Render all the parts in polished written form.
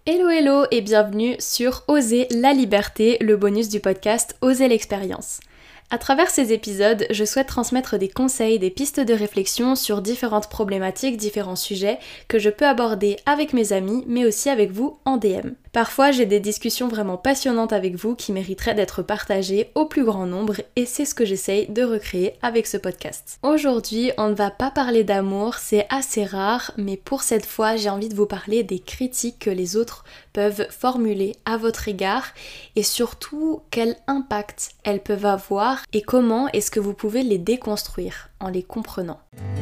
Hello hello et bienvenue sur Oser la liberté, le bonus du podcast Oser l'expérience. À travers ces épisodes, je souhaite transmettre des conseils, des pistes de réflexion sur différentes problématiques, différents sujets que je peux aborder avec mes amis, mais aussi avec vous en DM. Parfois, j'ai des discussions vraiment passionnantes avec vous qui mériteraient d'être partagées au plus grand nombre et c'est ce que j'essaye de recréer avec ce podcast. Aujourd'hui, on ne va pas parler d'amour, c'est assez rare, mais pour cette fois, j'ai envie de vous parler des critiques que les autres peuvent formuler à votre égard et surtout quel impact elles peuvent avoir et comment est-ce que vous pouvez les déconstruire en les comprenant.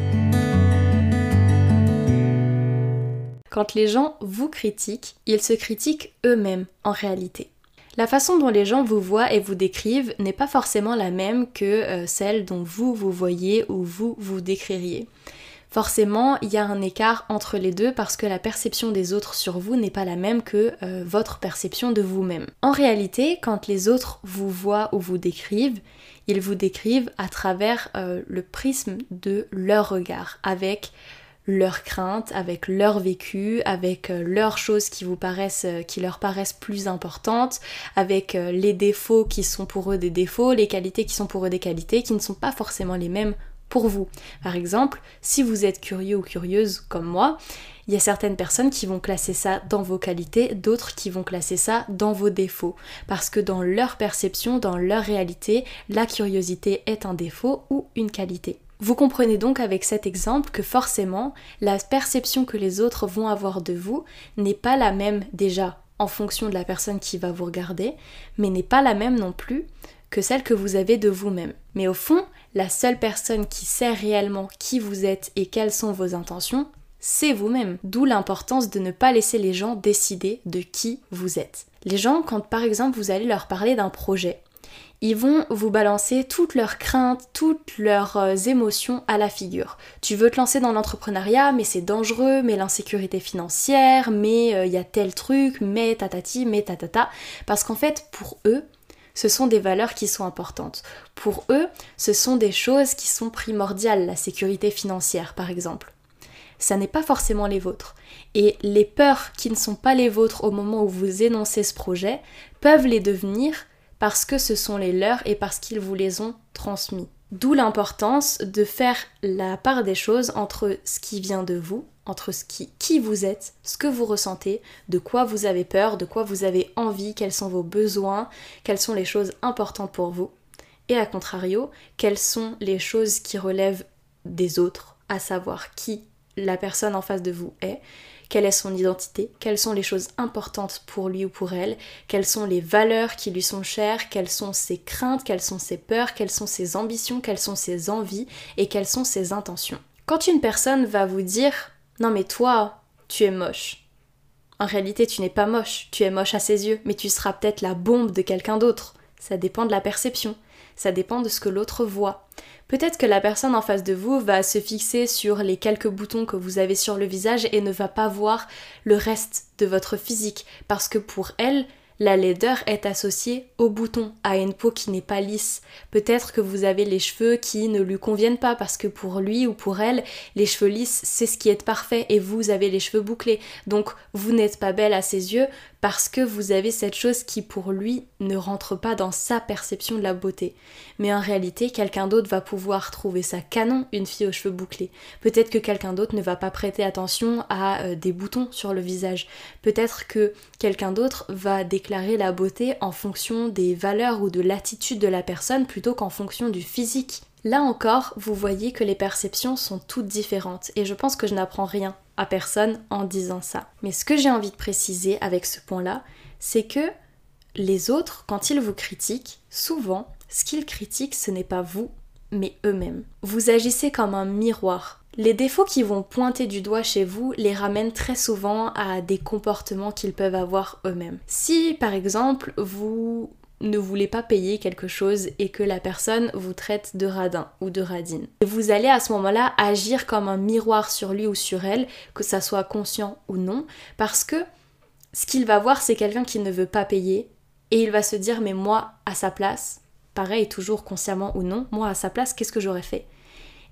Quand les gens vous critiquent, ils se critiquent eux-mêmes en réalité. La façon dont les gens vous voient et vous décrivent n'est pas forcément la même que celle dont vous voyez ou vous décririez. Forcément, il y a un écart entre les deux parce que la perception des autres sur vous n'est pas la même que votre perception de vous-même. En réalité, quand les autres vous voient ou vous décrivent, ils vous décrivent à travers le prisme de leur regard, avec leurs craintes, avec leur vécu, avec leurs choses qui leur paraissent plus importantes, avec les défauts qui sont pour eux des défauts, les qualités qui sont pour eux des qualités, qui ne sont pas forcément les mêmes pour vous. Par exemple, si vous êtes curieux ou curieuse comme moi, il y a certaines personnes qui vont classer ça dans vos qualités, d'autres qui vont classer ça dans vos défauts. Parce que dans leur perception, dans leur réalité, la curiosité est un défaut ou une qualité. Vous comprenez donc avec cet exemple que forcément, la perception que les autres vont avoir de vous n'est pas la même déjà en fonction de la personne qui va vous regarder, mais n'est pas la même non plus que celle que vous avez de vous-même. Mais au fond, la seule personne qui sait réellement qui vous êtes et quelles sont vos intentions, c'est vous-même. D'où l'importance de ne pas laisser les gens décider de qui vous êtes. Les gens, quand par exemple vous allez leur parler d'un projet, ils vont vous balancer toutes leurs craintes, toutes leurs émotions à la figure. Tu veux te lancer dans l'entrepreneuriat, mais c'est dangereux, mais l'insécurité financière, mais y a tel truc, mais tatati, mais tatata. Parce qu'en fait, pour eux, ce sont des valeurs qui sont importantes. Pour eux, ce sont des choses qui sont primordiales, la sécurité financière par exemple. Ça n'est pas forcément les vôtres. Et les peurs qui ne sont pas les vôtres au moment où vous énoncez ce projet peuvent les devenir parce que ce sont les leurs et parce qu'ils vous les ont transmis. D'où l'importance de faire la part des choses entre ce qui vient de vous, entre qui vous êtes, ce que vous ressentez, de quoi vous avez peur, de quoi vous avez envie, quels sont vos besoins, quelles sont les choses importantes pour vous, et à contrario, quelles sont les choses qui relèvent des autres, à savoir qui la personne en face de vous est, quelle est son identité, quelles sont les choses importantes pour lui ou pour elle, quelles sont les valeurs qui lui sont chères, quelles sont ses craintes, quelles sont ses peurs, quelles sont ses ambitions, quelles sont ses envies et quelles sont ses intentions. Quand une personne va vous dire « Non mais toi, tu es moche », en réalité tu n'es pas moche, tu es moche à ses yeux, mais tu seras peut-être la bombe de quelqu'un d'autre. Ça dépend de la perception, ça dépend de ce que l'autre voit. Peut-être que la personne en face de vous va se fixer sur les quelques boutons que vous avez sur le visage et ne va pas voir le reste de votre physique parce que pour elle, la laideur est associée aux boutons, à une peau qui n'est pas lisse. Peut-être que vous avez les cheveux qui ne lui conviennent pas parce que pour lui ou pour elle, les cheveux lisses, c'est ce qui est parfait et vous avez les cheveux bouclés. Donc vous n'êtes pas belle à ses yeux parce que vous avez cette chose qui pour lui ne rentre pas dans sa perception de la beauté. Mais en réalité, quelqu'un d'autre va pouvoir trouver ça canon, une fille aux cheveux bouclés. Peut-être que quelqu'un d'autre ne va pas prêter attention à des boutons sur le visage. Peut-être que quelqu'un d'autre va déclarer la beauté en fonction des valeurs ou de l'attitude de la personne plutôt qu'en fonction du physique. Là encore, vous voyez que les perceptions sont toutes différentes et je pense que je n'apprends rien à personne en disant ça. Mais ce que j'ai envie de préciser avec ce point-là, c'est que les autres, quand ils vous critiquent, souvent, ce qu'ils critiquent, ce n'est pas vous, mais eux-mêmes. Vous agissez comme un miroir. Les défauts qui vont pointer du doigt chez vous les ramènent très souvent à des comportements qu'ils peuvent avoir eux-mêmes. Si, par exemple, vous ne voulez pas payer quelque chose et que la personne vous traite de radin ou de radine, vous allez à ce moment-là agir comme un miroir sur lui ou sur elle, que ça soit conscient ou non, parce que ce qu'il va voir, c'est quelqu'un qui ne veut pas payer et il va se dire mais moi à sa place, pareil toujours consciemment ou non, moi à sa place qu'est-ce que j'aurais fait ?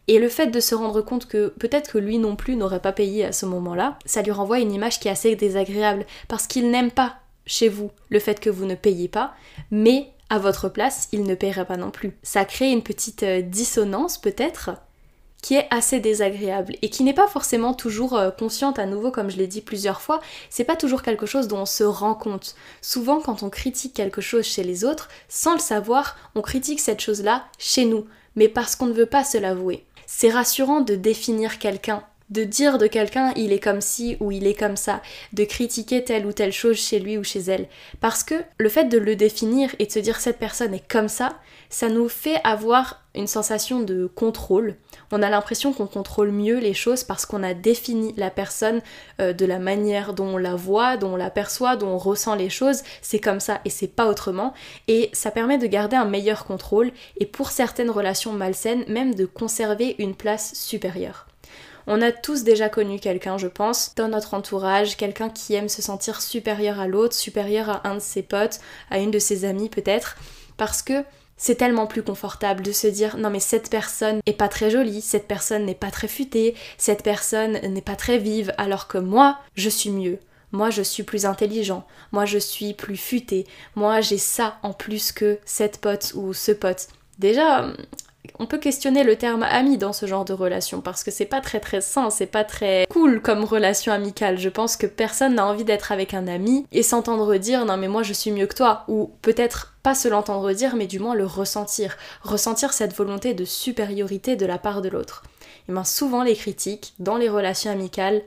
Et le fait de se rendre compte que peut-être que lui non plus n'aurait pas payé à ce moment-là, ça lui renvoie une image qui est assez désagréable parce qu'il n'aime pas chez vous le fait que vous ne payez pas, mais à votre place, il ne paierait pas non plus. Ça crée une petite dissonance peut-être qui est assez désagréable et qui n'est pas forcément toujours consciente à nouveau, comme je l'ai dit plusieurs fois, c'est pas toujours quelque chose dont on se rend compte. Souvent quand on critique quelque chose chez les autres, sans le savoir, on critique cette chose-là chez nous, mais parce qu'on ne veut pas se l'avouer. C'est rassurant de définir quelqu'un, de dire de quelqu'un il est comme ci ou il est comme ça, de critiquer telle ou telle chose chez lui ou chez elle. Parce que le fait de le définir et de se dire cette personne est comme ça nous fait avoir une sensation de contrôle. On a l'impression qu'on contrôle mieux les choses parce qu'on a défini la personne de la manière dont on la voit, dont on la perçoit, dont on ressent les choses, c'est comme ça et c'est pas autrement. Et ça permet de garder un meilleur contrôle et pour certaines relations malsaines, même de conserver une place supérieure. On a tous déjà connu quelqu'un, je pense, dans notre entourage, quelqu'un qui aime se sentir supérieur à l'autre, supérieur à un de ses potes, à une de ses amies peut-être, parce que c'est tellement plus confortable de se dire non mais cette personne est pas très jolie, cette personne n'est pas très futée, cette personne n'est pas très vive, alors que moi, je suis mieux. Moi, je suis plus intelligent. Moi, je suis plus futé. Moi, j'ai ça en plus que cette pote ou ce pote. Déjà, on peut questionner le terme ami dans ce genre de relation parce que c'est pas très très sain, c'est pas très cool comme relation amicale. Je pense que personne n'a envie d'être avec un ami et s'entendre dire non mais moi je suis mieux que toi, ou peut-être pas se l'entendre dire mais du moins le ressentir cette volonté de supériorité de la part de l'autre. Et bien souvent les critiques dans les relations amicales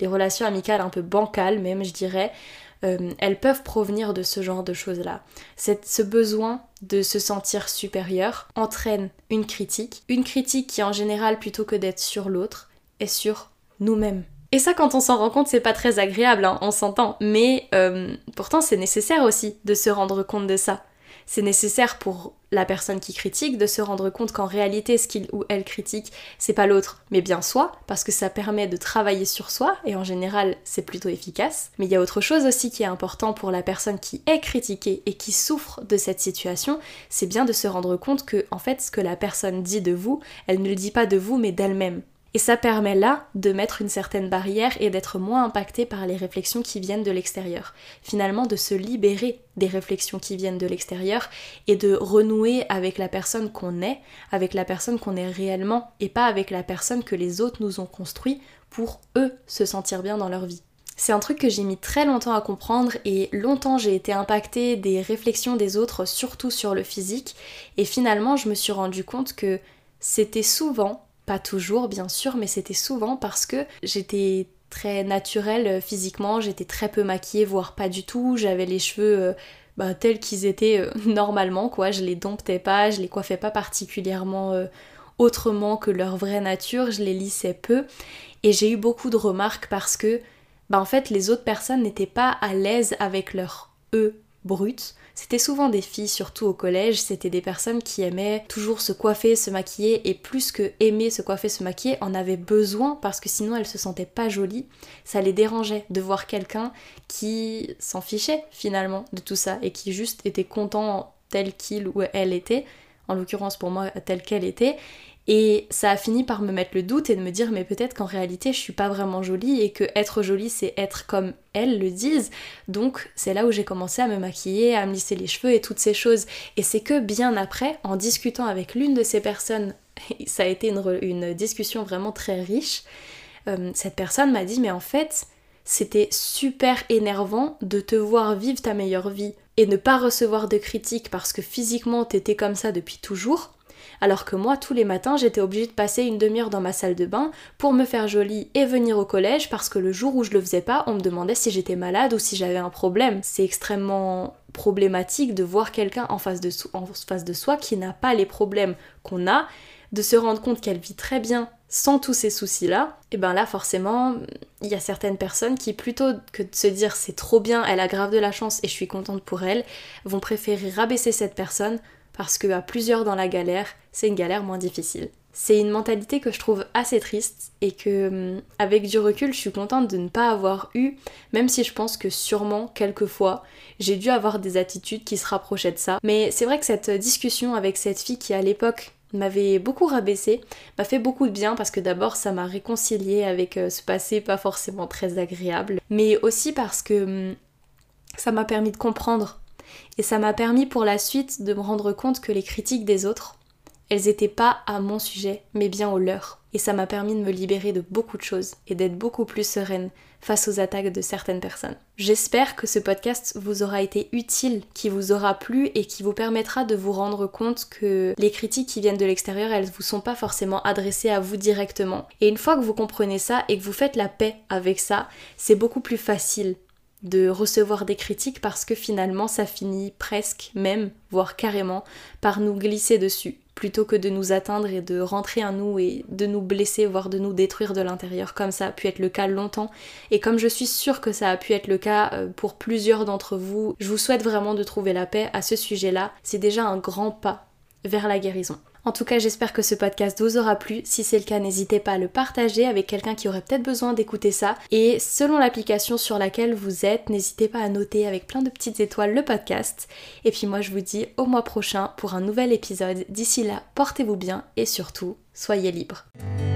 un peu bancales même je dirais, elles peuvent provenir de ce genre de choses-là. Ce besoin de se sentir supérieur entraîne une critique qui en général, plutôt que d'être sur l'autre, est sur nous-mêmes. Et ça, quand on s'en rend compte, c'est pas très agréable, hein, on s'entend, mais pourtant c'est nécessaire aussi de se rendre compte de ça. C'est nécessaire pour la personne qui critique de se rendre compte qu'en réalité ce qu'il ou elle critique c'est pas l'autre mais bien soi, parce que ça permet de travailler sur soi et en général c'est plutôt efficace. Mais il y a autre chose aussi qui est important pour la personne qui est critiquée et qui souffre de cette situation, c'est bien de se rendre compte que en fait ce que la personne dit de vous, elle ne le dit pas de vous mais d'elle-même. Et ça permet là de mettre une certaine barrière et d'être moins impacté par les réflexions qui viennent de l'extérieur. Finalement, de se libérer des réflexions qui viennent de l'extérieur et de renouer avec la personne qu'on est, avec la personne qu'on est réellement et pas avec la personne que les autres nous ont construit pour eux se sentir bien dans leur vie. C'est un truc que j'ai mis très longtemps à comprendre et longtemps j'ai été impactée des réflexions des autres, surtout sur le physique, et finalement je me suis rendu compte que c'était souvent, pas toujours bien sûr, mais c'était souvent parce que j'étais très naturelle physiquement, j'étais très peu maquillée, voire pas du tout, j'avais les cheveux tels qu'ils étaient normalement quoi, je les domptais pas, je les coiffais pas particulièrement autrement que leur vraie nature, je les lissais peu, et j'ai eu beaucoup de remarques parce que en fait les autres personnes n'étaient pas à l'aise avec leur brut. C'était souvent des filles, surtout au collège, c'était des personnes qui aimaient toujours se coiffer, se maquiller, et plus que aimer se coiffer, se maquiller, en avaient besoin parce que sinon elles se sentaient pas jolies. Ça les dérangeait de voir quelqu'un qui s'en fichait finalement de tout ça et qui juste était content tel qu'il ou elle était, en l'occurrence pour moi telle qu'elle était. Et ça a fini par me mettre le doute et de me dire mais peut-être qu'en réalité je suis pas vraiment jolie et que être jolie c'est être comme elles le disent. Donc c'est là où j'ai commencé à me maquiller, à me lisser les cheveux et toutes ces choses. Et c'est que bien après, en discutant avec l'une de ces personnes, ça a été une discussion vraiment très riche, cette personne m'a dit mais en fait c'était super énervant de te voir vivre ta meilleure vie et ne pas recevoir de critiques parce que physiquement t'étais comme ça depuis toujours. Alors que moi, tous les matins, j'étais obligée de passer une demi-heure dans ma salle de bain pour me faire jolie et venir au collège parce que le jour où je le faisais pas, on me demandait si j'étais malade ou si j'avais un problème. C'est extrêmement problématique de voir quelqu'un en face de soi qui n'a pas les problèmes qu'on a, de se rendre compte qu'elle vit très bien sans tous ces soucis-là. Et là forcément, il y a certaines personnes qui, plutôt que de se dire c'est trop bien, elle a grave de la chance et je suis contente pour elle, vont préférer rabaisser cette personne parce qu'à plusieurs dans la galère, c'est une galère moins difficile. C'est une mentalité que je trouve assez triste et que, avec du recul, je suis contente de ne pas avoir eu, même si je pense que sûrement, quelquefois, j'ai dû avoir des attitudes qui se rapprochaient de ça. Mais c'est vrai que cette discussion avec cette fille qui, à l'époque, m'avait beaucoup rabaissé, m'a fait beaucoup de bien parce que d'abord ça m'a réconciliée avec ce passé pas forcément très agréable, mais aussi parce que ça m'a permis de comprendre et ça m'a permis pour la suite de me rendre compte que les critiques des autres, elles étaient pas à mon sujet mais bien au leur. Et ça m'a permis de me libérer de beaucoup de choses et d'être beaucoup plus sereine face aux attaques de certaines personnes. J'espère que ce podcast vous aura été utile, qui vous aura plu et qui vous permettra de vous rendre compte que les critiques qui viennent de l'extérieur, elles vous sont pas forcément adressées à vous directement. Et une fois que vous comprenez ça et que vous faites la paix avec ça, c'est beaucoup plus facile de recevoir des critiques parce que finalement ça finit presque même, voire carrément, par nous glisser dessus, plutôt que de nous atteindre et de rentrer en nous et de nous blesser, voire de nous détruire de l'intérieur, comme ça a pu être le cas longtemps, et comme je suis sûre que ça a pu être le cas pour plusieurs d'entre vous, je vous souhaite vraiment de trouver la paix à ce sujet-là, c'est déjà un grand pas vers la guérison. En tout cas, j'espère que ce podcast vous aura plu. Si c'est le cas, n'hésitez pas à le partager avec quelqu'un qui aurait peut-être besoin d'écouter ça. Et selon l'application sur laquelle vous êtes, n'hésitez pas à noter avec plein de petites étoiles le podcast. Et puis moi, je vous dis au mois prochain pour un nouvel épisode. D'ici là, portez-vous bien et surtout, soyez libres.